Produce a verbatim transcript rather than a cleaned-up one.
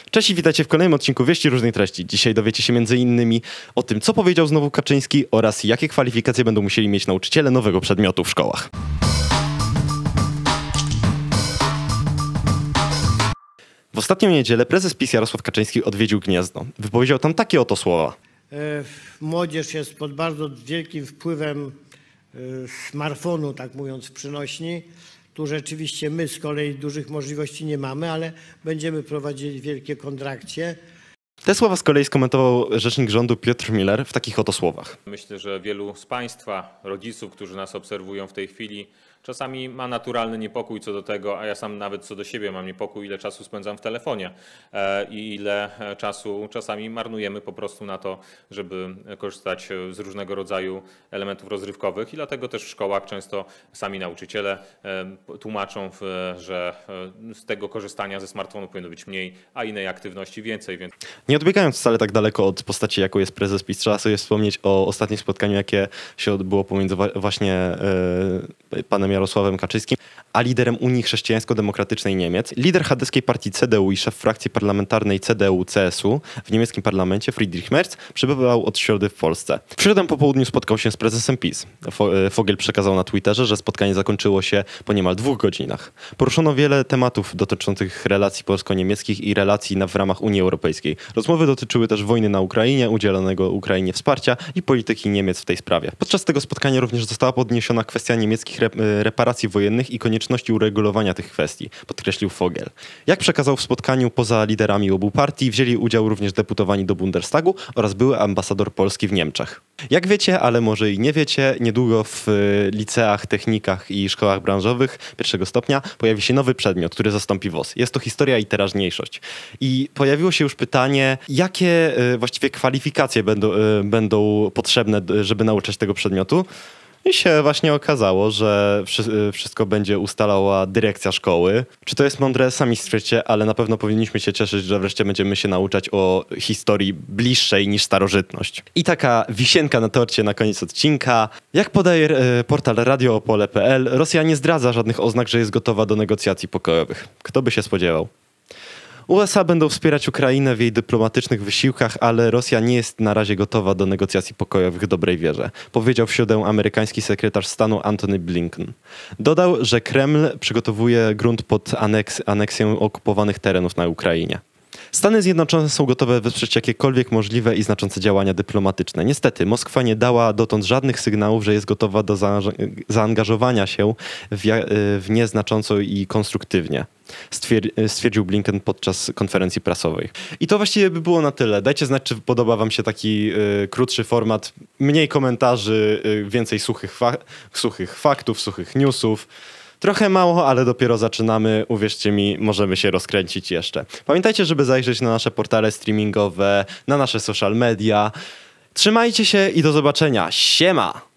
Cześć i witajcie w kolejnym odcinku Wieści Różnej Treści. Dzisiaj dowiecie się między innymi o tym, co powiedział znowu Kaczyński oraz jakie kwalifikacje będą musieli mieć nauczyciele nowego przedmiotu w szkołach. W ostatnią niedzielę prezes PiS Jarosław Kaczyński odwiedził Gniezno. Wypowiedział tam takie oto słowa. Młodzież jest pod bardzo wielkim wpływem smartfonu, tak mówiąc w przynośni. Tu rzeczywiście my z kolei dużych możliwości nie mamy, ale będziemy prowadzili wielkie kontrakcje. Te słowa z kolei skomentował rzecznik rządu Piotr Miller w takich oto słowach. Myślę, że wielu z Państwa, rodziców, którzy nas obserwują w tej chwili, czasami ma naturalny niepokój co do tego, a ja sam nawet co do siebie mam niepokój, ile czasu spędzam w telefonie i ile czasu czasami marnujemy po prostu na to, żeby korzystać z różnego rodzaju elementów rozrywkowych i dlatego też w szkołach często sami nauczyciele tłumaczą, że z tego korzystania ze smartfonu powinno być mniej, a innej aktywności więcej. Więc... Nie odbiegając wcale tak daleko od postaci, jaką jest prezes PiS, trzeba sobie wspomnieć o ostatnim spotkaniu, jakie się odbyło pomiędzy właśnie yy, panem Jarosławem Kaczyńskim, a liderem Unii Chrześcijańsko-Demokratycznej Niemiec. Lider chadeskiej partii C D U i szef frakcji parlamentarnej C D U C S U w niemieckim parlamencie, Friedrich Merz, przybywał od środy w Polsce. W środę po południu spotkał się z prezesem PiS. Vogel przekazał na Twitterze, że spotkanie zakończyło się po niemal dwóch godzinach. Poruszono wiele tematów dotyczących relacji polsko-niemieckich i relacji na, w ramach Unii Europejskiej. Rozmowy dotyczyły też wojny na Ukrainie, udzielonego Ukrainie wsparcia i polityki Niemiec w tej sprawie. Podczas tego spotkania również została podniesiona kwestia niemieckich rep reparacji wojennych i konieczności uregulowania tych kwestii, podkreślił Vogel. Jak przekazał w spotkaniu poza liderami obu partii, wzięli udział również deputowani do Bundestagu oraz były ambasador Polski w Niemczech. Jak wiecie, ale może i nie wiecie, niedługo w liceach, technikach i szkołach branżowych pierwszego stopnia pojawi się nowy przedmiot, który zastąpi W O S. Jest to historia i teraźniejszość. I pojawiło się już pytanie, jakie właściwie kwalifikacje będą, będą potrzebne, żeby nauczać tego przedmiotu. I się właśnie okazało, że wszystko będzie ustalała dyrekcja szkoły. Czy to jest mądre? Sami stwierdźcie, ale na pewno powinniśmy się cieszyć, że wreszcie będziemy się nauczać o historii bliższej niż starożytność. I taka wisienka na torcie na koniec odcinka. Jak podaje portal radio opole kropka p l, Rosja nie zdradza żadnych oznak, że jest gotowa do negocjacji pokojowych. Kto by się spodziewał? U S A będą wspierać Ukrainę w jej dyplomatycznych wysiłkach, ale Rosja nie jest na razie gotowa do negocjacji pokojowych w dobrej wierze, powiedział w środę amerykański sekretarz stanu Antony Blinken. Dodał, że Kreml przygotowuje grunt pod aneks aneksję okupowanych terenów na Ukrainie. Stany Zjednoczone są gotowe wesprzeć jakiekolwiek możliwe i znaczące działania dyplomatyczne. Niestety Moskwa nie dała dotąd żadnych sygnałów, że jest gotowa do zaangażowania się w, w nieznacząco i konstruktywnie, stwierdził Blinken podczas konferencji prasowej. I to właściwie by było na tyle. Dajcie znać, czy podoba wam się taki y, krótszy format, mniej komentarzy, y, więcej suchych, fa suchych faktów, suchych newsów. Trochę mało, ale dopiero zaczynamy. Uwierzcie mi, możemy się rozkręcić jeszcze. Pamiętajcie, żeby zajrzeć na nasze portale streamingowe, na nasze social media. Trzymajcie się i do zobaczenia. Siema!